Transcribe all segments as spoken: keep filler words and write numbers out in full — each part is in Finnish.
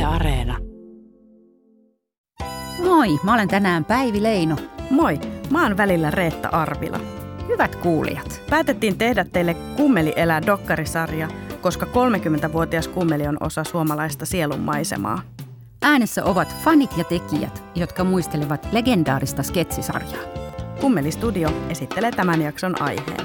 Areena. Moi, mä olen tänään Päivi Leino. Moi, mä oon välillä Reetta Arvila. Hyvät kuulijat. Päätettiin tehdä teille Kummeli elää dokkarisarja, koska kolmekymmentävuotias kummeli on osa suomalaista sielun maisemaa. Äänessä ovat fanit ja tekijät, jotka muistelevat legendaarista sketsisarjaa. Kummeli Studio esittelee tämän jakson aiheen.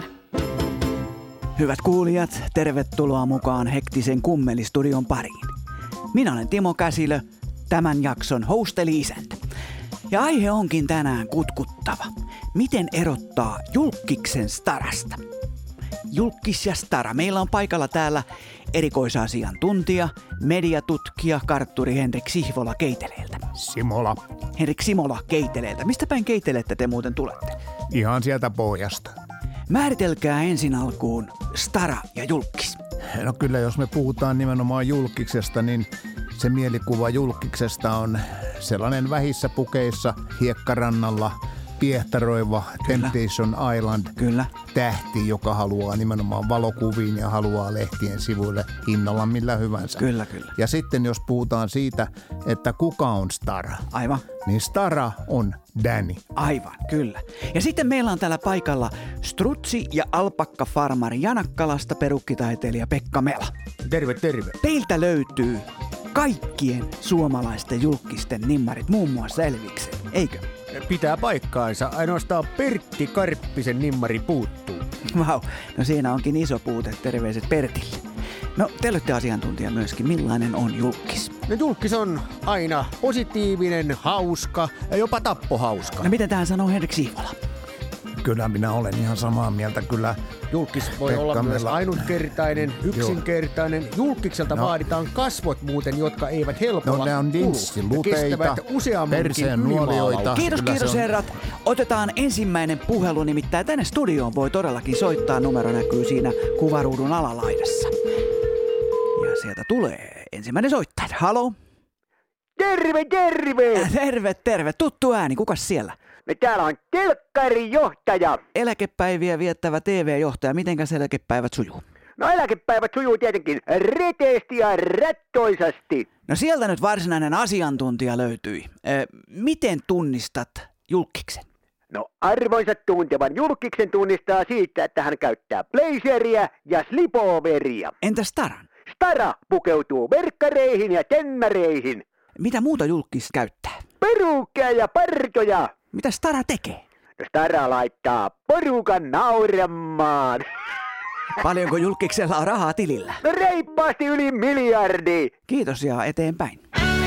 Hyvät kuulijat, tervetuloa mukaan hektisen Kummeli-studion pariin. Minä olen Timo Käsilö, tämän jakson hosteli-isäntä. Ja aihe onkin tänään kutkuttava. Miten erottaa julkkiksen starasta? Julkkis ja stara. Meillä on paikalla täällä erikoisasiantuntija, mediatutkija, kartturi Henrik Sihvola Keiteleeltä. Simola. Henrik Simola Keiteleeltä. Mistä päin Keiteleeltä te muuten tulette? Ihan sieltä pohjasta. Määritelkää ensin alkuun stara ja julkkis. No kyllä, jos me puhutaan nimenomaan julkiksesta, niin se mielikuva julkiksesta on sellainen vähissä pukeissa hiekkarannalla piehtaroiva Temptation Island Kyllä. tähti, joka haluaa nimenomaan valokuviin ja haluaa lehtien sivuille hinnalla millä hyvänsä. Kyllä, kyllä. Ja sitten jos puhutaan siitä, että kuka on stara, Aivan. niin stara on Danny. Aivan, kyllä. Ja sitten meillä on täällä paikalla strutsi- ja alpakkafarmari Janakkalasta perukkitaiteilija Pekka Mela. Terve, terve. Teiltä löytyy kaikkien suomalaisten julkisten nimmarit, muun muassa Elviksen, eikö? Pitää paikkaansa. Ainoastaan Pertti Karppisen nimmari puuttuu. Vau, wow. No siinä onkin iso puute. Terveiset Pertille. No, te olette asiantuntija myöskin. Millainen on julkis? No julkis on aina positiivinen, hauska ja jopa tappohauska. No miten tähän sanoo Henrik Sihvola? Kyllä minä olen ihan samaa mieltä. Kyllä Julkis voi Pekka olla myös Mela. ainutkertainen, yksinkertainen. Julkikselta No. vaaditaan kasvot muuten, jotka eivät helpolla No ne on kulu. dinssiluteita, Ja kestävät useammankin perseen ylimaalauksen. nuolioita. Kiitos, Kyllä kiitos se on- herrat. Otetaan ensimmäinen puhelu, nimittäin tänne studioon voi todellakin soittaa. Numero näkyy siinä kuvaruudun alalaidassa. Ja sieltä tulee ensimmäinen soittaja. Halo? Terve, terve! Äh, terve, terve. Tuttu ääni. Kukas siellä? Me täällä on telkkarijohtaja. Eläkepäiviä viettävä T V-johtaja. Mitenkäs eläkepäivät sujuu? No eläkepäivät sujuu tietenkin reteesti ja rättoisasti. No sieltä nyt varsinainen asiantuntija löytyi. Ö, miten tunnistat julkkiksen? No arvoisat tuntevan julkiksen tunnistaa siitä, että hän käyttää blazeria ja slipoveria. Entä staran? Stara pukeutuu verkkareihin ja tennareihin. Mitä muuta julkkis käyttää? Perukkeja ja partoja. Mitä stara tekee? No Stara laittaa porukan nauramaan. Paljonko julkiksella on rahaa tilillä? No reippaasti yli miljardi. Kiitos ja eteenpäin.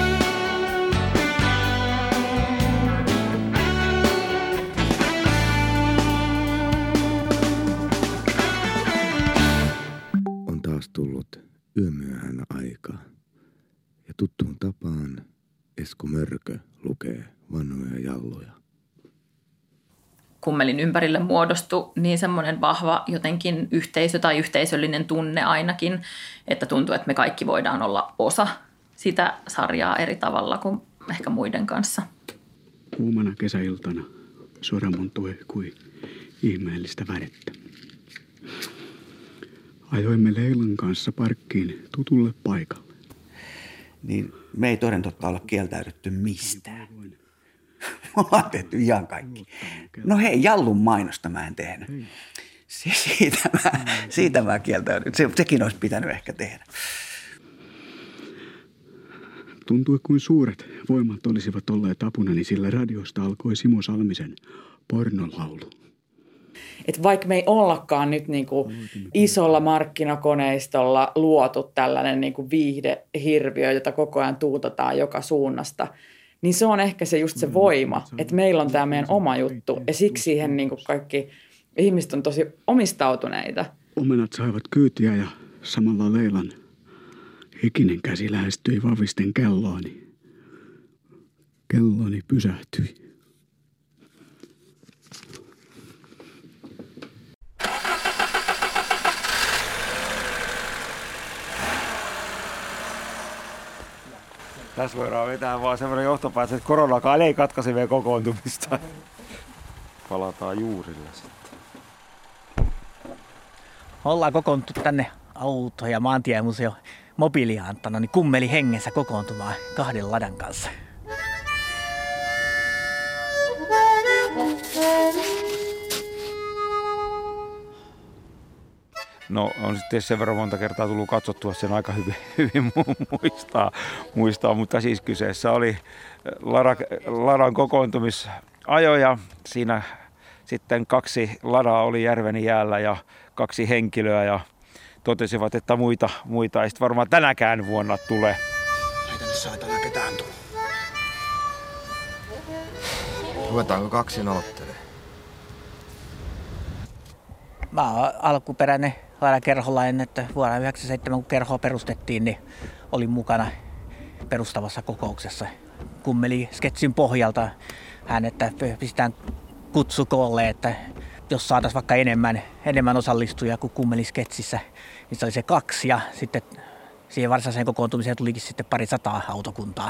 On taas tullut yömyöhän aikaa. Ja tuttuun tapaan Esko Mörkö lukee vanhoja jalloja. Kummelin ympärille muodostui niin semmoinen vahva jotenkin yhteisö tai yhteisöllinen tunne ainakin, että tuntuu, että me kaikki voidaan olla osa sitä sarjaa eri tavalla kuin ehkä muiden kanssa. Kuumana kesäiltana soramontui kuin ihmeellistä värettä. Ajoimme Leilan kanssa parkkiin tutulle paikalle. Niin me ei toden totta olla kieltäydytty mistään. Me ollaan tehty ihan kaikki. No hei, Jallun mainosta mä en tehnyt. Se, siitä, mä, siitä mä kieltäydyn. Se, sekin olisi pitänyt ehkä tehdä. Tuntui kuin suuret voimat olisivat olleet apunani, sillä radiosta alkoi Simo Salmisen pornolaulu. Että vaikka me ei ollakaan nyt niinku isolla markkinakoneistolla luotu tällainen niinku viihdehirviö, jota koko ajan tuutataan joka suunnasta, niin se on ehkä se just se voima, että meillä on tämä meidän oma juttu ja siksi siihen niinku kaikki ihmiset on tosi omistautuneita. Omenat saivat kyytiä ja samalla Leilan hikinen käsi lähestyi vavisten kellooni. Kelloni pysähtyi. Tässä voidaan vetää vaan semmoinen johtopäätös, että koronakaan ei katkaise vielä kokoontumista. Palataan juurille sitten. Ollaan kokoonnuttu tänne auto- ja maantiemuseo mobiilianttona, niin kummeli hengessä kokoontumaan kahden ladan kanssa. No on sitten sen verran monta kertaa tullut katsottua, sen aika hyvin, hyvin muistaa, muistaa, mutta siis kyseessä oli Lara, Ladan kokoontumisajo ja siinä sitten kaksi ladaa oli järven jäällä ja kaksi henkilöä ja totesivat, että muita, muita ei sitten varmaan tänäkään vuonna tule. Ei tänne saatana ketään tule. Ruvetaanko kaksin aloittelemaan? Mä oon alkuperäinen Ladan kerholainen, että vuonna yhdeksänkymmentäseitsemän kun kerhoa perustettiin, niin olin mukana perustavassa kokouksessa. Kummeli sketsin pohjalta hän, että pistetään kutsu koolle, että jos saataisiin vaikka enemmän, enemmän osallistujia kuin kummelisketsissä, niin se oli se kaksi ja sitten siihen varsinaiseen kokoontumiseen tulikin sitten pari sataa autokuntaa.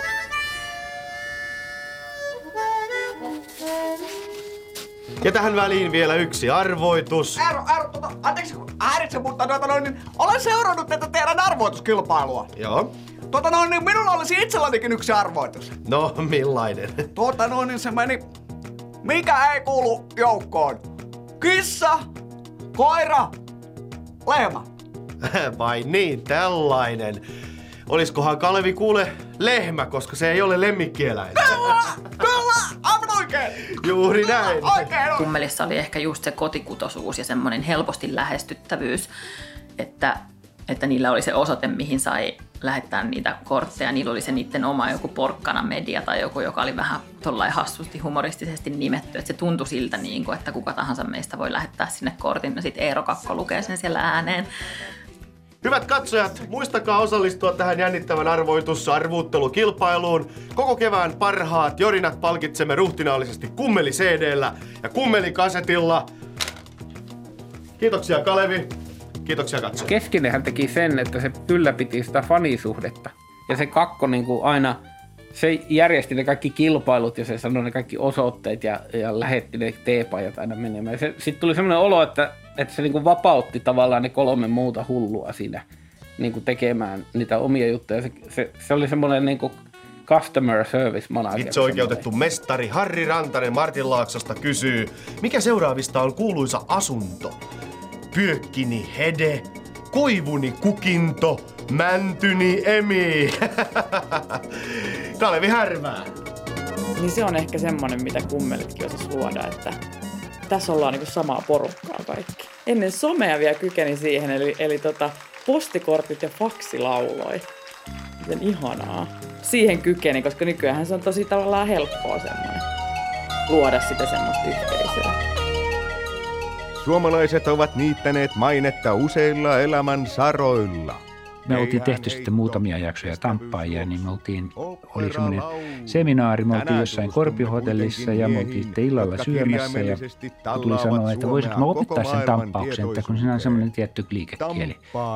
Ja tähän väliin vielä yksi arvoitus. Eero, Eero, tota, anteeksi kun häiritsen, mutta tota, noin, niin olen seurannut tätä teidän arvoituskilpailua. Joo. Tota noin, niin minulla olisi itsellänikin yksi arvoitus. No, millainen? Tota noin, niin se meni, mikä ei kuulu joukkoon. Kissa, koira, lehmä. Vai niin, tällainen. Oliskohan Kalevi kuule lehmä, koska se ei ole lemmikkieläin. Kyllä, kyllä, aivan oikein. Juuri näin. Oikein. Kummelissa oli ehkä just se kotikutoisuus ja semmoinen helposti lähestyttävyys, että, että niillä oli se osoite, mihin sai lähettää niitä kortteja. Niillä oli se niiden oma joku porkkana media tai joku, joka oli vähän tollain hassusti humoristisesti nimetty. Että se tuntui siltä, niin kuin, että kuka tahansa meistä voi lähettää sinne kortin ja sitten Eero Kakko lukee sen siellä ääneen. Hyvät katsojat, muistakaa osallistua tähän jännittävän arvoitus-arvuuttelukilpailuun. Koko kevään parhaat jorinat palkitsemme ruhtinaallisesti kummeli-C D:llä ja kummeli-kasetilla. Kiitoksia Kalevi. Kiitoksia katsojat. Keskinenhän teki sen, että se ylläpiti sitä fanisuhdetta. Ja se Kakko niin kuin aina, se järjesti ne kaikki kilpailut ja se sanoi ne kaikki osoitteet ja, ja lähetti ne teepajat aina menemään. Sitten tuli semmoinen olo, että, että se niin kuin vapautti tavallaan ne kolme muuta hullua siinä niin kuin tekemään niitä omia juttuja. Se, se, se oli semmoinen niin kuin customer service manager. Itse oikeutettu mestari Harri Rantanen Martinlaaksosta kysyy, mikä seuraavista on kuuluisa asunto? Pyökkini Hede, koivuni Kukinto, mäntyni Emi. Kalevi Härmää. Niin se on ehkä semmoinen, mitä kummelitkin osas luoda, että tässä ollaan niinku samaa porukkaa kaikki. Ennen somea vielä kykeni siihen, eli, eli tota, postikortit ja faksi lauloi. Miten ihanaa. Siihen kykeni, koska nykyään se on tosi tavallaan helppoa semmoinen luoda sitä semmoista yhteisöä. Suomalaiset ovat niittäneet mainetta useilla elämän saroilla. Me oltiin tehty sitten muutamia jaksoja Tamppaajia, niin me oltiin, oli semmoinen seminaari, me oltiin jossain Korpiohotellissa ja me oltiin sitten illalla syömässä ja tuli sanoa, että voisinko mä opettaa sen tamppauksen, että kun siinä on semmoinen tietty liikekieli.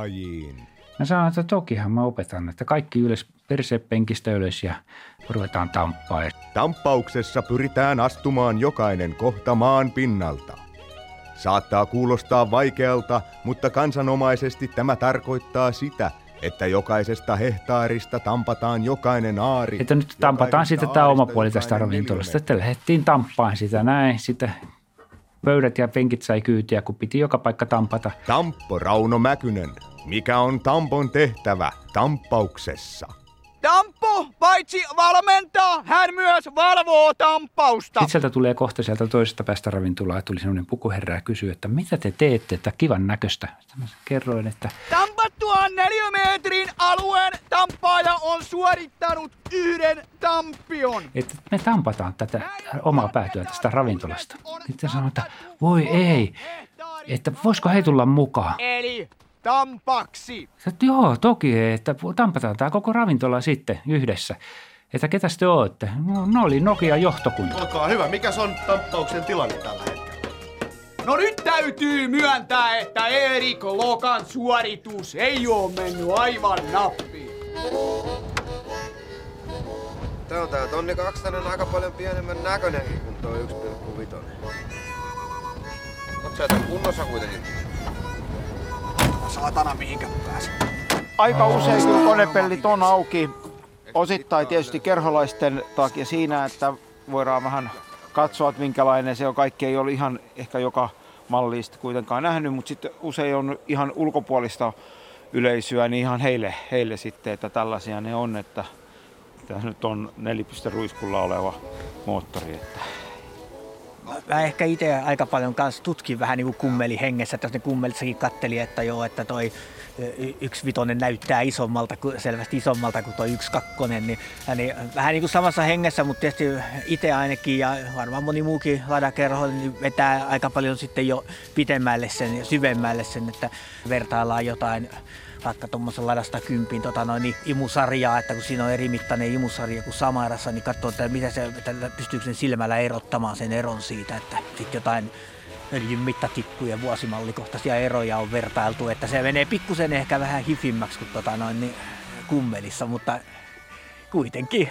Mä sanoin, että tokihan mä opetan, että kaikki ylös persepenkistä ylös ja ruvetaan tamppaa. Tamppauksessa pyritään astumaan jokainen kohta maan pinnalta. Saattaa kuulostaa vaikealta, mutta kansanomaisesti tämä tarkoittaa sitä, että jokaisesta hehtaarista tampataan jokainen aari. Että nyt tampataan sitten tämä oma puoli tästä ravintolasta. Että lähdettiin tamppaan sitä näin. Sitten pöydät ja penkit sai kyytiä, kun piti joka paikka tampata. Tamppo Rauno Mäkynen. Mikä on tampon tehtävä tamppauksessa? Tamppo, paitsi valmentaa, hän myös valvoo tamppausta. Sitten sieltä tulee kohta sieltä toisesta päästä ravintolaa, ja tuli semmoinen pukuherra ja kysyi, että mitä te teette, että kivan näköistä. Sitten kerroin, että tampattuaan neliömetrin alueen tamppaaja on suorittanut yhden tamppion. Että me tampataan tätä omaa päätyä tästä ravintolasta. Sitten sanoin, että voi ei, että voisiko he tulla mukaan. Eli tampaksi. Että joo, toki, että tampataan tämä koko ravintola sitten yhdessä. Että ketäs te ootte? No, no oli Nokia johtokunta. Olkaa hyvä. Mikäs on tamppauksen tilanne tällä hetkellä? No nyt täytyy myöntää, että Erik Lokan suoritus ei oo mennyt aivan nappiin. Tää on tää tonni kaksitonen aika paljon pienemmän näköinenkin kuin toi yksi pilkku viisi. Oot sä tän kunnossa kuitenkin? Saatana mihinkä pääsin. Aika usein kyllä konepellit on auki. Osittain tietysti kerholaisten takia siinä, että voidaan vähän katsoa, että minkälainen se on. Kaikki ei ole ihan ehkä joka mallista kuitenkaan nähnyt, mutta sitten usein on ihan ulkopuolista yleisöä, niin ihan heille, heille sitten, että tällaisia ne on, että tässä nyt on nelipisteruiskulla oleva moottori. Että. Mä ehkä itse aika paljon kanssa tutkin vähän niin kuin kummeli hengessä, että jos ne kummelissakin katteli, että joo, että toi yksi vitonen näyttää isommalta, selvästi isommalta kuin toi yksi kakkonen, niin, niin vähän niin kuin samassa hengessä, mutta tietysti itse ainakin ja varmaan moni muukin ladakerho niin vetää aika paljon sitten jo pitemmälle sen ja syvemmälle sen, että vertaillaan jotain vaikka tuommoisen ladasta kympin tota noin, imusarjaa, että kun siinä on eri mittainen imusarja kuin Samarassa, niin katsoo, että mitä se, että pystyykö sen silmällä erottamaan sen eron siitä, että sitten jotain öljyn mittatikkujen vuosimallikohtaisia eroja on vertailtu, että se menee pikkusen ehkä vähän hifimmäksi kuin tota noin, niin kummelissa, mutta kuitenkin.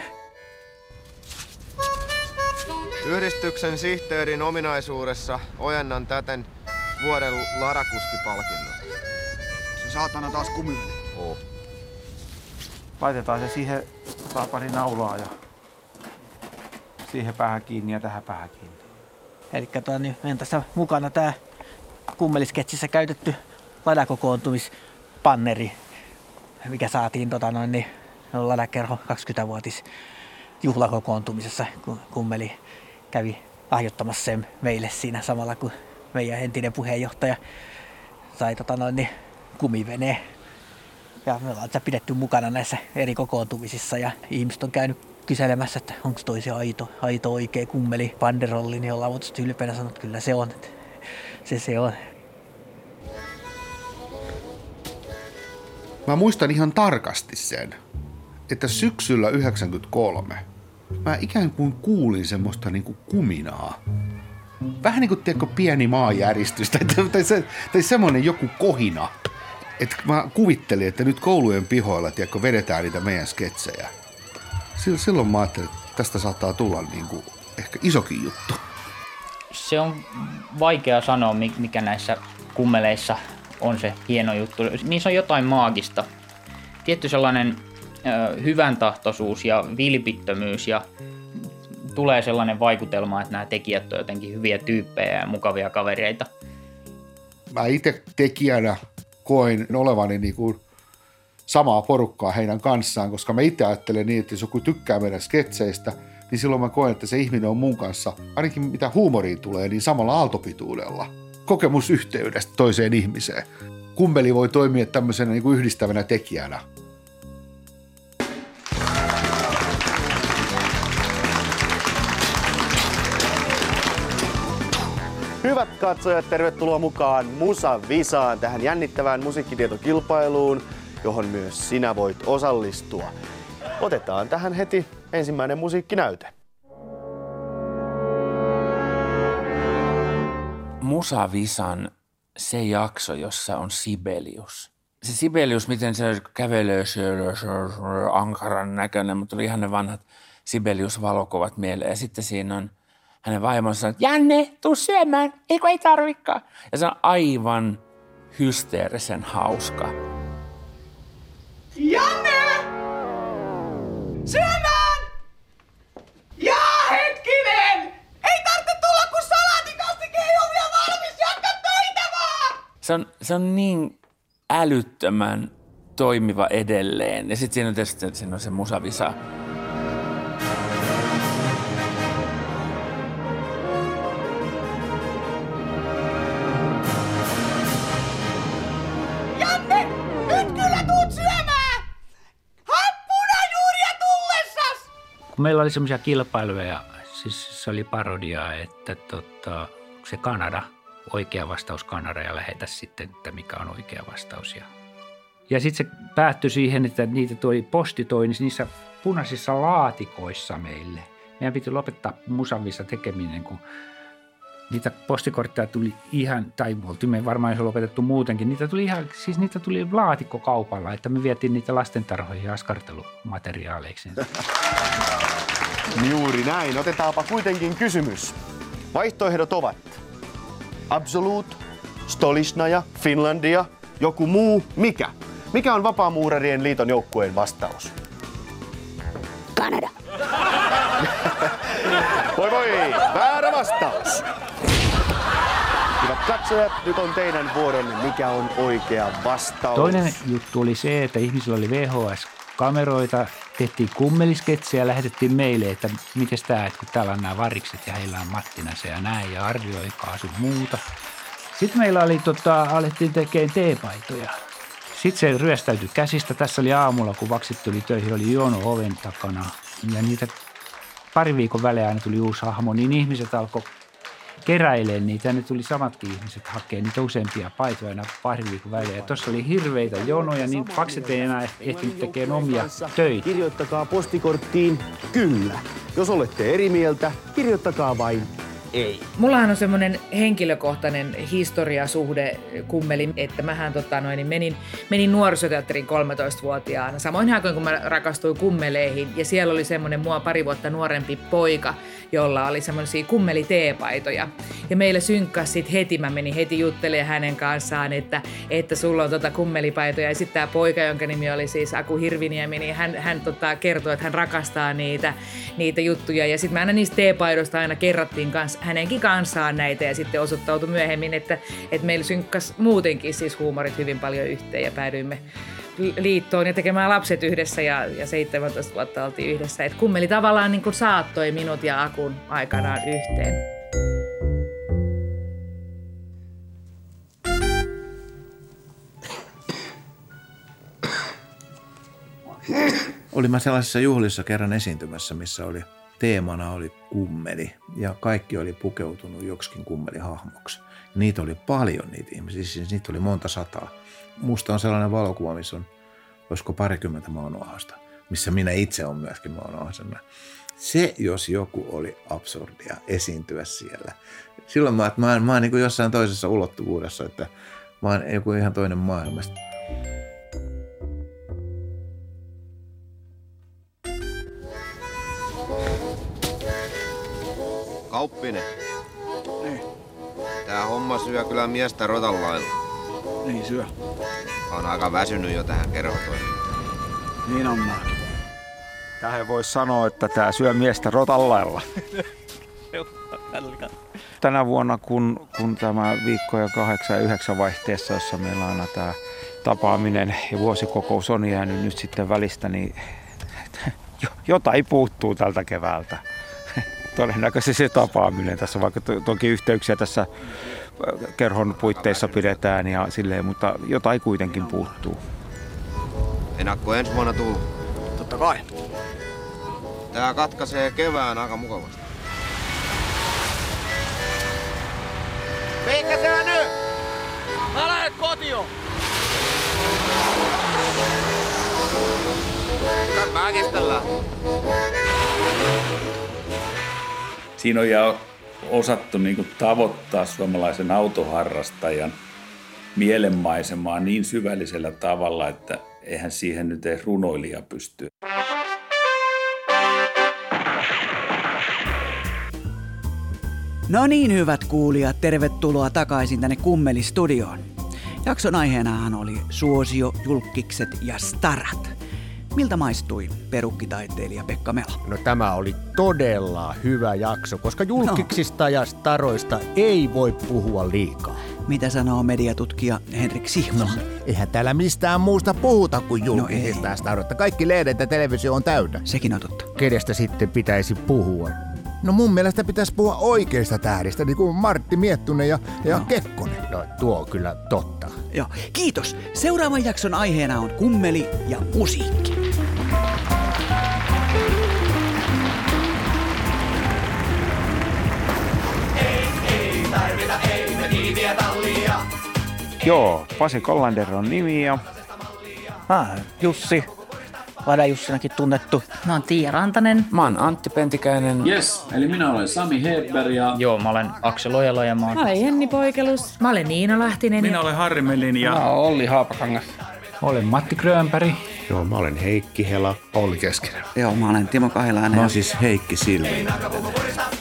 Yhdistyksen sihteerin ominaisuudessa ojennan täten vuoden ladakuskipalkinnon. Se saatana taas kumillinen. Oh. Laitetaan se siihen, saa pari naulaa ja siihen päähän kiinni ja tähän päähän kiinni. Eli tota, niin meidän tässä mukana tämä kummelisketsissä käytetty ladakokoontumispanneri, mikä saatiin tota, noin, niin, ladakerho kaksikymmentävuotis juhlakokoontumisessa, kun kummeli kävi lahjoittamassa sen meille siinä samalla, kun meidän entinen puheenjohtaja sai tota, noin, niin, kumiveneen. Ja me ollaan pidetty mukana näissä eri kokoontumisissa ja ihmiset on käynyt kyselemässä, että onko toi se aito, aito oikea kummeli banderolli, niin ollaan voitu ylpeänä sanoa, että kyllä se on. Että se se on. Mä muistan ihan tarkasti sen, että syksyllä yhdeksänkymmentäkolme mä ikään kuin kuulin semmoista niinku kuminaa. Vähän niin kuin tiedätkö, pieni maanjäristys tai, tai, se, tai semmoinen joku kohina. Että mä kuvittelin, että nyt koulujen pihoilla tiedätkö, vedetään niitä meidän sketsejä. Silloin mä ajattelin, että tästä saattaa tulla niin kuin ehkä isokin juttu. Se on vaikea sanoa, mikä näissä kummeleissa on se hieno juttu. Niissä on jotain maagista. Tietty sellainen ö, hyväntahtoisuus ja vilpittömyys ja tulee sellainen vaikutelma, että nämä tekijät on jotenkin hyviä tyyppejä ja mukavia kavereita. Mä itse tekijänä koin olevani niin kuin samaa porukkaa heidän kanssaan, koska mä itse ajattelen niin, että jos joku tykkää meidän sketseistä, niin silloin mä koen, että se ihminen on mun kanssa, ainakin mitä huumoriin tulee, niin samalla aaltopituudella. Kokemusyhteydestä toiseen ihmiseen. Kummeli voi toimia tämmöisenä niin kuin yhdistävänä tekijänä. Hyvät katsojat, tervetuloa mukaan Musa Visaan, tähän jännittävään musiikkitietokilpailuun, johon myös sinä voit osallistua. Otetaan tähän heti ensimmäinen musiikkinäyte. Musa Visan se jakso, jossa on Sibelius. Se Sibelius, miten se kävelee, se ankaran näköinen, mutta tuli ihan ne vanhat Sibelius-valokuvat mieleen. Ja sitten siinä on hänen vaimonsa, että Janne, tuu syömään, eikö ei tarvikaan. Ja se on aivan hysteerisen hauska. Janne! Syömään! Jaa, hetkinen! Ei tarvitse tulla, kun salaatikastike ei ole vielä valmis, jatka töitä vaan! Se on, se on niin älyttömän toimiva edelleen. Ja sitten siinä on tietysti siinä on se Musa Visa. Janne, nyt kyllä tuut syömään! Hamppunajuuria tullessas! Kun meillä oli semmoisia kilpailuja, siis se oli parodiaa, että tota, se Kanada, oikea vastaus Kanada ja lähetä sitten, että mikä on oikea vastaus. Ja, ja sitten se päättyi siihen, että niitä toi posti toi niissä punaisissa laatikoissa meille. Meidän piti lopettaa Musan Visa tekeminen, kun niitä postikortteja tuli ihan, tai me varmaan olisi lopetettu muutenkin, niitä tuli ihan, siis niitä tuli laatikkokaupalla, että me vietiin niitä lastentarhoihin ja askartelumateriaaleiksi. Juuri näin. Otetaanpa kuitenkin kysymys. Vaihtoehdot ovat Absolut, Stolichnaya, Finlandia, joku muu, mikä? Mikä on Vapaamuurarien liiton joukkueen vastaus? Kanada. Voi voi, väärä vastaus. Hyvät katsojat, nyt on teidän vuoronne. Mikä on oikea vastaus? Toinen juttu oli se, että ihmisillä oli V H S-kameroita, tehtiin kummelisketsejä ja lähetettiin meille, että miten tämä, että kun täällä on nämä varikset ja heillä on Mattinansa ja näin ja arvioikaa sun muuta. Sitten meillä oli, tota, alettiin tekemään teepaitoja. Sitten se ryöstäytyi käsistä. Tässä oli aamulla, kun vaksit tuli töihin, oli jono oven takana. Ja niitä pari viikon välein aina tuli uusi hahmo, niin ihmiset alkoi keräilemään niitä. Ja ne tuli samatkin ihmiset hakemaan niitä useampia paitoja aina pari viikon välein. Ja tuossa oli hirveitä jonoja, niin vaksit ei enää ehtinyt tekemään omia töitä. Kirjoittakaa postikorttiin kyllä. Jos olette eri mieltä, kirjoittakaa vain ei. Mullahan on semmoinen henkilökohtainen historiasuhde kummeli, että mähän tota, noin, menin, menin nuorisoteatteriin kolmetoistavuotiaana. Samoin aikoin, kun mä rakastuin kummeleihin. Ja siellä oli semmoinen mua pari vuotta nuorempi poika, jolla oli semmoisia kummeliteepaitoja. Ja meillä synkkas sit heti, mä menin heti juttelemaan hänen kanssaan, että, että sulla on tota kummelipaitoja. Ja sitten tämä poika, jonka nimi oli siis Aku Hirviniemi, niin hän, hän tota, kertoi, että hän rakastaa niitä, niitä juttuja. Ja sitten me aina niistä teepaidoista aina kerrattiin kanssa hänenkin kanssaan näitä ja sitten osoittautui myöhemmin, että, että meillä synkkas muutenkin siis huumorit hyvin paljon yhteen ja päädyimme liittoon ja tekemään lapset yhdessä ja, ja seitsemäntoista vuotta oltiin yhdessä. Et kummeli tavallaan niin kuin saattoi minut ja Akun aikanaan yhteen. Olin mä sellaisessa juhlissa kerran esiintymässä, missä oli teemana oli kummeli ja kaikki oli pukeutunut joksikin kummelihahmoksi. Niitä oli paljon niitä ihmisiä, siis niitä oli monta sataa. Musta on sellainen valokuva, missä on, olisiko parikymmentä maunuahasta, missä minä itse olen myöskin maunuahasena. Se, jos joku oli absurdia esiintyä siellä. Silloin mä, että mä oon, mä oon niin kuin jossain toisessa ulottuvuudessa, että mä oon joku ihan toinen maailmasta. Kauppinen. Niin. Tää homma syö kyllä miestä rotan lailla. Niin syö. On aika väsynyt jo tähän kerhotoimintaan. Niin on mä. Tähän voisi sanoa, että tää syö miestä rotan lailla. Tänä vuonna, kun, kun tämä viikko ja kahdeksan ja yhdeksän vaihteessa, jossa meillä aina tämä tapaaminen ja vuosikokous on jäänyt nyt sitten välistä, niin jotain puuttuu tältä keväältä. Todennäköisesti se tapaaminen tässä, vaikka to, toki yhteyksiä tässä kerhon puitteissa pidetään ja silleen, mutta jotain kuitenkin puuttuu. Enakko ensi vuonna tullut? Totta kai. Tää katkaisee kevään aika mukavasti. Mikä se on nyt? Mä lähden kotioon! Mitä mä kestellään? Siinä on ja osattu niin kuin tavoittaa suomalaisen autoharrastajan mielenmaisemaa niin syvällisellä tavalla, että eihän siihen nyt edes runoilija pysty. No niin, hyvät kuulijat, tervetuloa takaisin tänne Kummelistudioon. Jakson aiheenahan oli suosio, julkkikset ja starat. Miltä maistui perukkitaiteilija Pekka Mela? No tämä oli todella hyvä jakso, koska julkiksista no. ja staroista ei voi puhua liikaa. Mitä sanoo mediatutkija Henrik Sihvola? No, eihän täällä mistään muusta puhuta kuin julkisista no ja staroista. Kaikki lehdet ja televisio on täynnä. Sekin on totta. Kenestä sitten pitäisi puhua? No mun mielestä pitäisi puhua oikeista tähdistä, niin kuin Martti Miettunen ja, ja no. Kekkonen. No tuo on kyllä totta. Joo, kiitos. Seuraavan jakson aiheena on kummeli ja musiikki. Ei, ei tarvita, ei me tiiviä tallia. Joo, Pasi Kollander on nimi ja... Ah, Jussi. Vada Jussinakin tunnettu. Mä oon Tiia Rantanen. Mä oon Antti Pentikäinen. Yes, eli minä olen Sami Hedberg ja... Joo, mä olen Aksel Ojala ja mä oon... Mä olen Jenni Poikelus. Mä olen Niina Lahtinen. Minä olen Harri Melin ja... Mä oon Olli Haapakangas. Olen Matti Grönberg. Joo, mä olen Heikki Hela. Olli Keskinen. Joo, mä olen Timo Kahilainen. Mä oon siis Heikki Silvi.